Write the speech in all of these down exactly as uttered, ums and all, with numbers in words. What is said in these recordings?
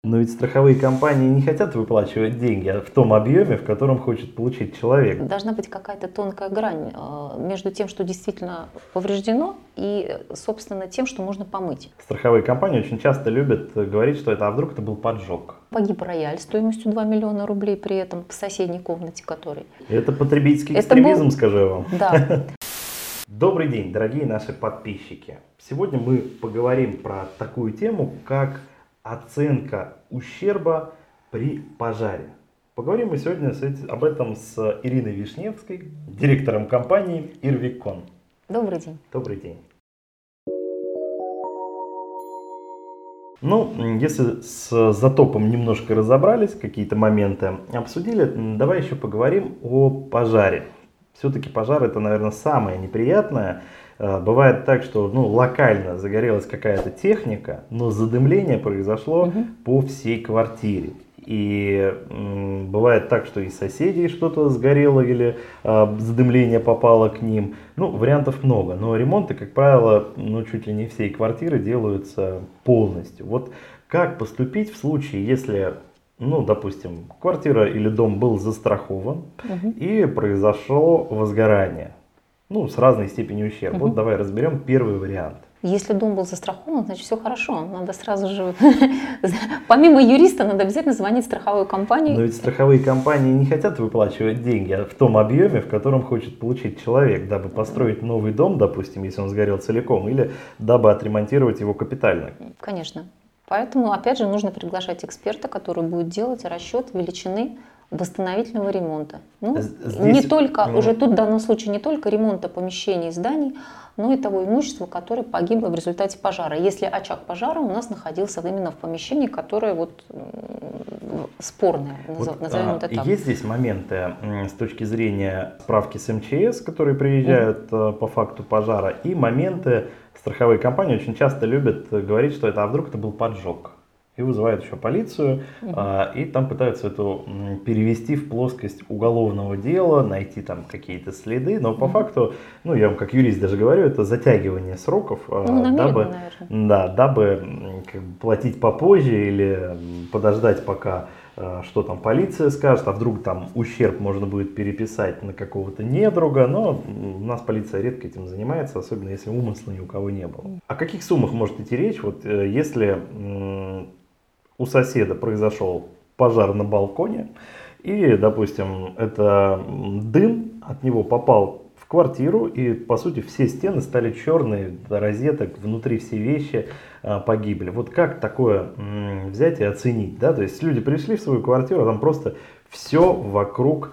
Но ведь страховые компании не хотят выплачивать деньги в том объеме, в котором хочет получить человек. Должна быть какая-то тонкая грань между тем, что действительно повреждено, и, собственно, тем, что можно помыть. Страховые компании очень часто любят говорить, что это, а вдруг это был поджог. Погиб рояль стоимостью два миллиона рублей при этом в соседней комнате который. Это потребительский экстремизм, был... скажу вам. Да. Добрый день, дорогие наши подписчики. Сегодня мы поговорим про такую тему, как оценка ущерба при пожаре. Поговорим мы сегодня с этим, об этом с Ириной Вишневской, директором компании Ирвикон. Добрый день. Добрый день. Ну, если с затопом немножко разобрались, какие-то моменты обсудили, давай еще поговорим о пожаре. Все-таки пожар — это, наверное, самое неприятное. Бывает так, что ну, локально загорелась какая-то техника, но задымление произошло угу. по всей квартире. И м, бывает так, что и соседей что-то сгорело или э, задымление попало к ним. Ну, вариантов много, но ремонты, как правило, ну, чуть ли не всей квартиры делаются полностью. Вот как поступить в случае, если, ну, допустим, квартира или дом был застрахован угу. и произошло возгорание? Ну, с разной степенью ущерба. Угу. Вот давай разберем первый вариант. Если дом был застрахован, значит все хорошо. Надо сразу же, помимо юриста, надо обязательно звонить в страховую компанию. Но ведь страховые компании не хотят выплачивать деньги в том объеме, в котором хочет получить человек, дабы построить новый дом, допустим, если он сгорел целиком, или дабы отремонтировать его капитально. Конечно. Поэтому, опять же, нужно приглашать эксперта, который будет делать расчет величины восстановительного ремонта. Ну, Здесь... не только, ну... уже тут в данном случае не только ремонта помещений и зданий, но и того имущества, которое погибло в результате пожара. Если очаг пожара у нас находился именно в помещении, которое вот спорное, вот, назовем а, это так. Есть здесь моменты с точки зрения справки с эм че эс, которые приезжают mm. по факту пожара, и моменты, страховые компании очень часто любят говорить, что это, а вдруг это был поджог. И вызывают еще полицию, угу. а, и там пытаются это перевести в плоскость уголовного дела, найти там какие-то следы, но по угу. факту, ну я вам как юрист даже говорю, это затягивание сроков, ну, дабы, да, дабы как бы, платить попозже или подождать, пока что там полиция скажет, а вдруг там ущерб можно будет переписать на какого-то недруга, но у нас полиция редко этим занимается, особенно если умысла ни у кого не было. О каких суммах может идти речь, вот если у соседа произошел пожар на балконе, и, допустим, это дым от него попал в квартиру, и, по сути, все стены стали черные, до розеток, внутри все вещи а, погибли. Вот как такое м, взять и оценить, да? То есть люди пришли в свою квартиру, а там просто все вокруг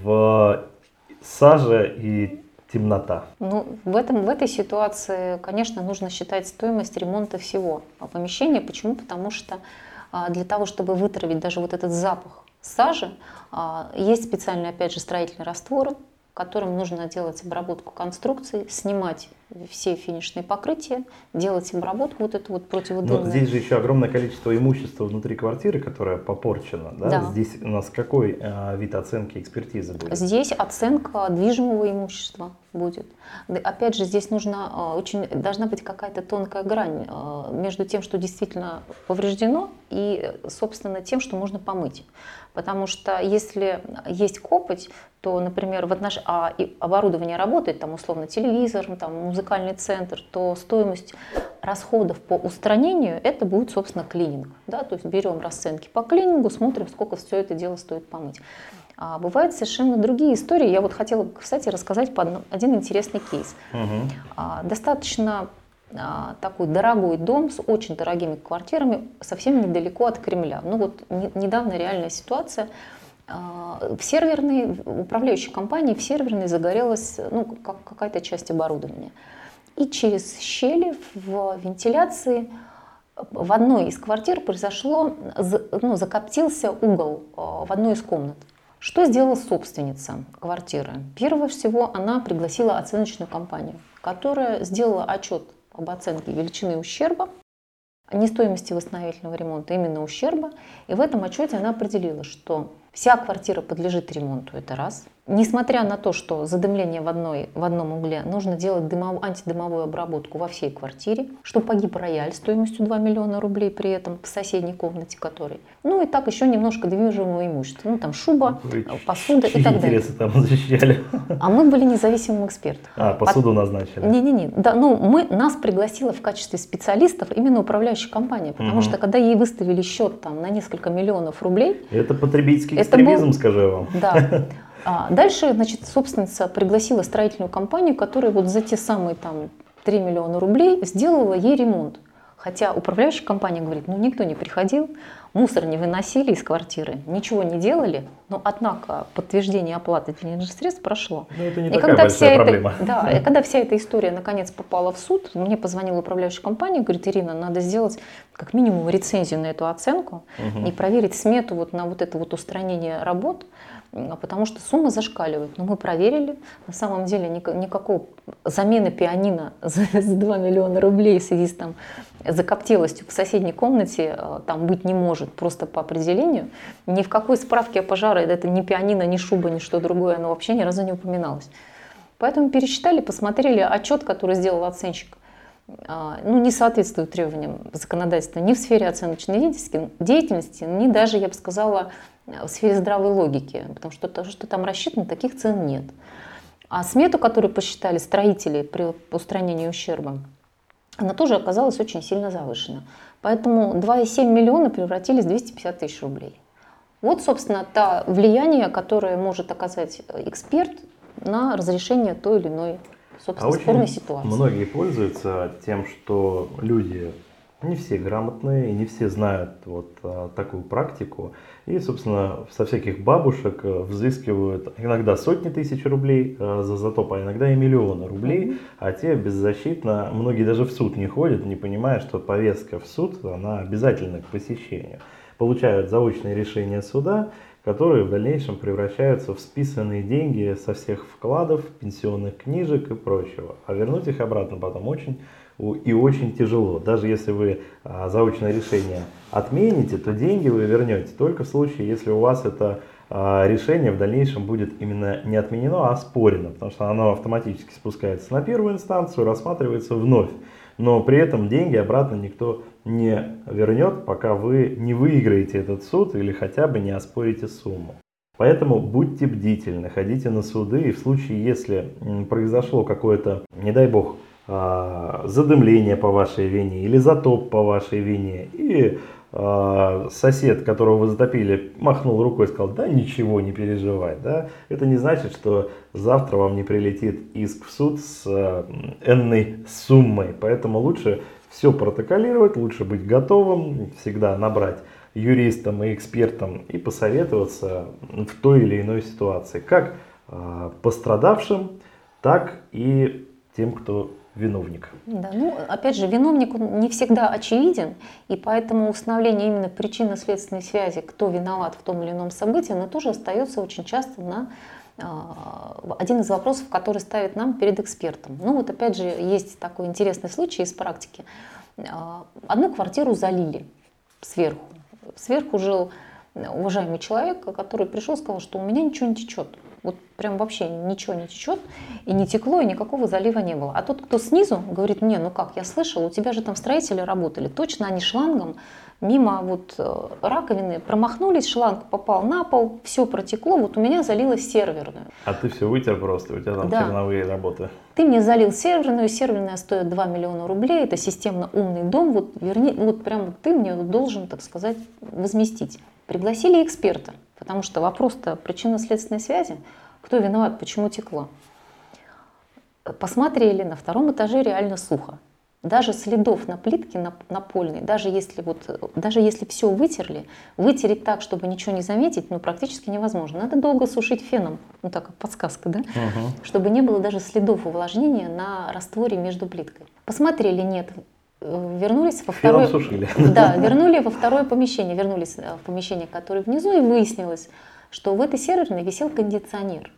в саже и темнота. Ну, в, этом, в этой ситуации, конечно, нужно считать стоимость ремонта всего помещения. Почему? Потому что для того, чтобы вытравить даже вот этот запах сажи, есть специальные, опять же, строительные растворы, которым нужно делать обработку конструкций, снимать все финишные покрытия, делать обработку вот эту вот противодымную. Но здесь же еще огромное количество имущества внутри квартиры, которое попорчено. Да? Да. Здесь у нас какой э, вид оценки экспертизы будет? Здесь оценка движимого имущества будет. Опять же, здесь нужно, очень, должна быть какая-то тонкая грань между тем, что действительно повреждено, и, собственно, тем, что можно помыть. Потому что если есть копоть, то, например, в отнош... а оборудование работает, там, условно, телевизор, там, музыкальный центр, то стоимость расходов по устранению, это будет, собственно, клининг. Да? То есть берем расценки по клинингу, смотрим, сколько все это дело стоит помыть. А бывают совершенно другие истории. Я вот хотела, кстати, рассказать по одному, один интересный кейс. Угу. А, достаточно а, такой дорогой дом с очень дорогими квартирами, совсем недалеко от Кремля. Ну вот не, недавно реальная ситуация. А, в серверной, в управляющей компании в серверной загорелась ну, как, какая-то часть оборудования. И через щели в вентиляции в одной из квартир произошло, ну, закоптился угол в одной из комнат. Что сделала собственница квартиры? Прежде всего, она пригласила оценочную компанию, которая сделала отчет об оценке величины ущерба, не стоимости восстановительного ремонта, именно ущерба. И в этом отчете она определила, что Вся квартира подлежит ремонту, это раз. Несмотря на то, что задымление в, одной, в одном угле, нужно делать дымов, антидымовую обработку во всей квартире, что погиб рояль стоимостью два миллиона рублей при этом в соседней комнате который. Ну и так еще немножко движимого имущества, ну там шуба, Вы посуда и так далее. Интересы там защищали. А мы были независимым экспертом. А, посуду назначили. Не-не-не, да, ну мы, нас пригласила в качестве специалистов именно управляющая компания, потому угу. что когда ей выставили счет там на несколько миллионов рублей. Это потребительский экстремизм, был, скажу я вам. Да. А дальше, значит, собственница пригласила строительную компанию, которая вот за те самые там три миллиона рублей сделала ей ремонт. Хотя управляющая компания говорит, ну никто не приходил, мусор не выносили из квартиры, ничего не делали, но однако подтверждение оплаты денежных средств прошло. Ну, это не и такая большая проблема. Эта, да, и когда вся эта история наконец попала в суд, мне позвонила управляющая компания, говорит, Ирина, надо сделать как минимум рецензию на эту оценку угу. и проверить смету вот на вот это вот устранение работ, потому что сумма зашкаливает. Но мы проверили, на самом деле никакого замены пианино за два миллиона рублей в связи с там, закоптелостью в соседней комнате там быть не может, просто по определению. Ни в какой справке о пожаре это ни пианино, ни шуба, ни что другое, оно вообще ни разу не упоминалось. Поэтому пересчитали, посмотрели отчет, который сделал оценщик, ну, не соответствует требованиям законодательства ни в сфере оценочной деятельности, ни даже, я бы сказала, в сфере здравой логики, потому что то, что там рассчитано, таких цен нет. А смету, которую посчитали строители при устранении ущерба, она тоже оказалась очень сильно завышена. Поэтому два и семь миллиона превратились в двести пятьдесят тысяч рублей. Вот, собственно, то влияние, которое может оказать эксперт на разрешение той или иной, собственно, а спорной очень ситуации. Многие пользуются тем, что люди не все грамотные, и не все знают вот а, такую практику. И, собственно, со всяких бабушек взыскивают иногда сотни тысяч рублей а, за затоп, а иногда и миллионы рублей. Mm-hmm. А те беззащитно, многие даже в суд не ходят, не понимая, что повестка в суд, она обязательна к посещению. Получают заочные решения суда, которые в дальнейшем превращаются в списанные деньги со всех вкладов, пенсионных книжек и прочего. А вернуть их обратно потом очень и очень тяжело. Даже если вы а, заочное решение отмените, то деньги вы вернете только в случае, если у вас это а, решение в дальнейшем будет именно не отменено, а оспорено, потому что оно автоматически спускается на первую инстанцию, рассматривается вновь. Но при этом деньги обратно никто не вернет, пока вы не выиграете этот суд или хотя бы не оспорите сумму. Поэтому будьте бдительны, ходите на суды, и в случае, если произошло какое-то, не дай бог, задымление по вашей вине или затоп по вашей вине, и э, сосед, которого вы затопили, махнул рукой и сказал, да ничего, не переживай, да, это не значит, что завтра вам не прилетит иск в суд с э, энной суммой, поэтому лучше все протоколировать, лучше быть готовым, всегда набрать юристам и экспертам и посоветоваться в той или иной ситуации, как э, пострадавшим, так и тем, кто виновник. Да, ну, опять же, виновник он не всегда очевиден, и поэтому установление именно причинно-следственной связи, кто виноват в том или ином событии, оно тоже остается очень часто на э, один из вопросов, который ставит нам перед экспертом. Ну вот опять же, есть такой интересный случай из практики. Э, одну квартиру залили сверху. Сверху жил уважаемый человек, который пришел и сказал, что у меня ничего не течет. Вот прям вообще ничего не течет, и не текло, и никакого залива не было. А тот, кто снизу, говорит, не, ну как, я слышал, у тебя же там строители работали. Точно они шлангом мимо вот раковины промахнулись, шланг попал на пол, все протекло, вот у меня залилось серверную. А ты все вытер просто, у тебя там да. черновые работы. Ты мне залил серверную, серверная стоит два миллиона рублей, это системно умный дом, вот верни, вот прям ты мне должен, так сказать, возместить. Пригласили эксперта, потому что вопрос-то причинно-следственной связи, кто виноват, почему текло. Посмотрели, на втором этаже реально сухо. Даже следов на плитке напольной, даже если, вот, даже если все вытерли, вытереть так, чтобы ничего не заметить, ну, практически невозможно. Надо долго сушить феном, ну так, подсказка, да? Угу. Чтобы не было даже следов увлажнения на растворе между плиткой. Посмотрели, нет. Вернулись во второе, да, вернули во второе помещение, вернулись в помещение, которое внизу, и выяснилось, что в этой серверной висел кондиционер.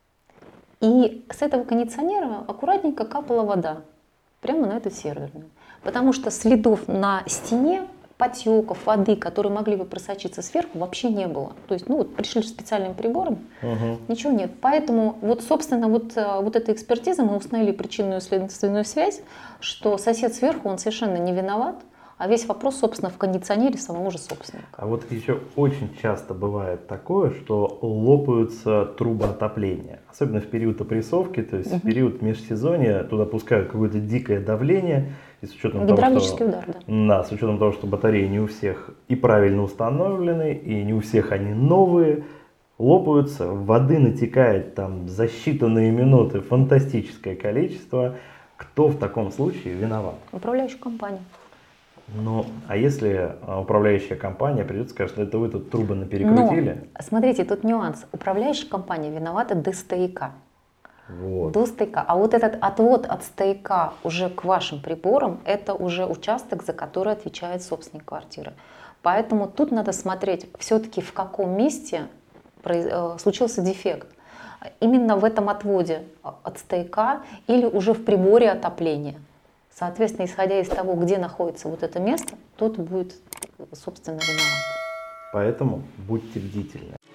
И с этого кондиционера аккуратненько капала вода прямо на эту серверную. Потому что следов на стене потеков, воды, которые могли бы просочиться сверху, вообще не было. То есть, ну вот пришли специальным прибором, угу. ничего нет. Поэтому вот, собственно, вот, вот эта экспертиза, мы установили причинную следственную связь, что сосед сверху, он совершенно не виноват, а весь вопрос, собственно, в кондиционере самого же собственника. А вот еще очень часто бывает такое, что лопаются трубы отопления. Особенно в период опрессовки, то есть uh-huh. в период межсезонья туда пускают какое-то дикое давление. И с учетом Гидравлический того, удар, что, да. Да, с учетом того, что батареи не у всех и правильно установлены, и не у всех они новые, лопаются, воды натекает там за считанные минуты фантастическое количество. Кто в таком случае виноват? Управляющая компания. Ну, а если управляющая компания придет и скажет, что это вы тут трубы наперекрутили? Но, смотрите, тут нюанс. Управляющая компания виновата до стояка. Вот. До стояка. А вот этот отвод от стояка уже к вашим приборам, это уже участок, за который отвечает собственник квартиры. Поэтому тут надо смотреть все-таки, в каком месте случился дефект. Именно в этом отводе от стояка или уже в приборе отопления. Соответственно, исходя из того, где находится вот это место, тот будет, собственно, виноват. Поэтому будьте бдительны.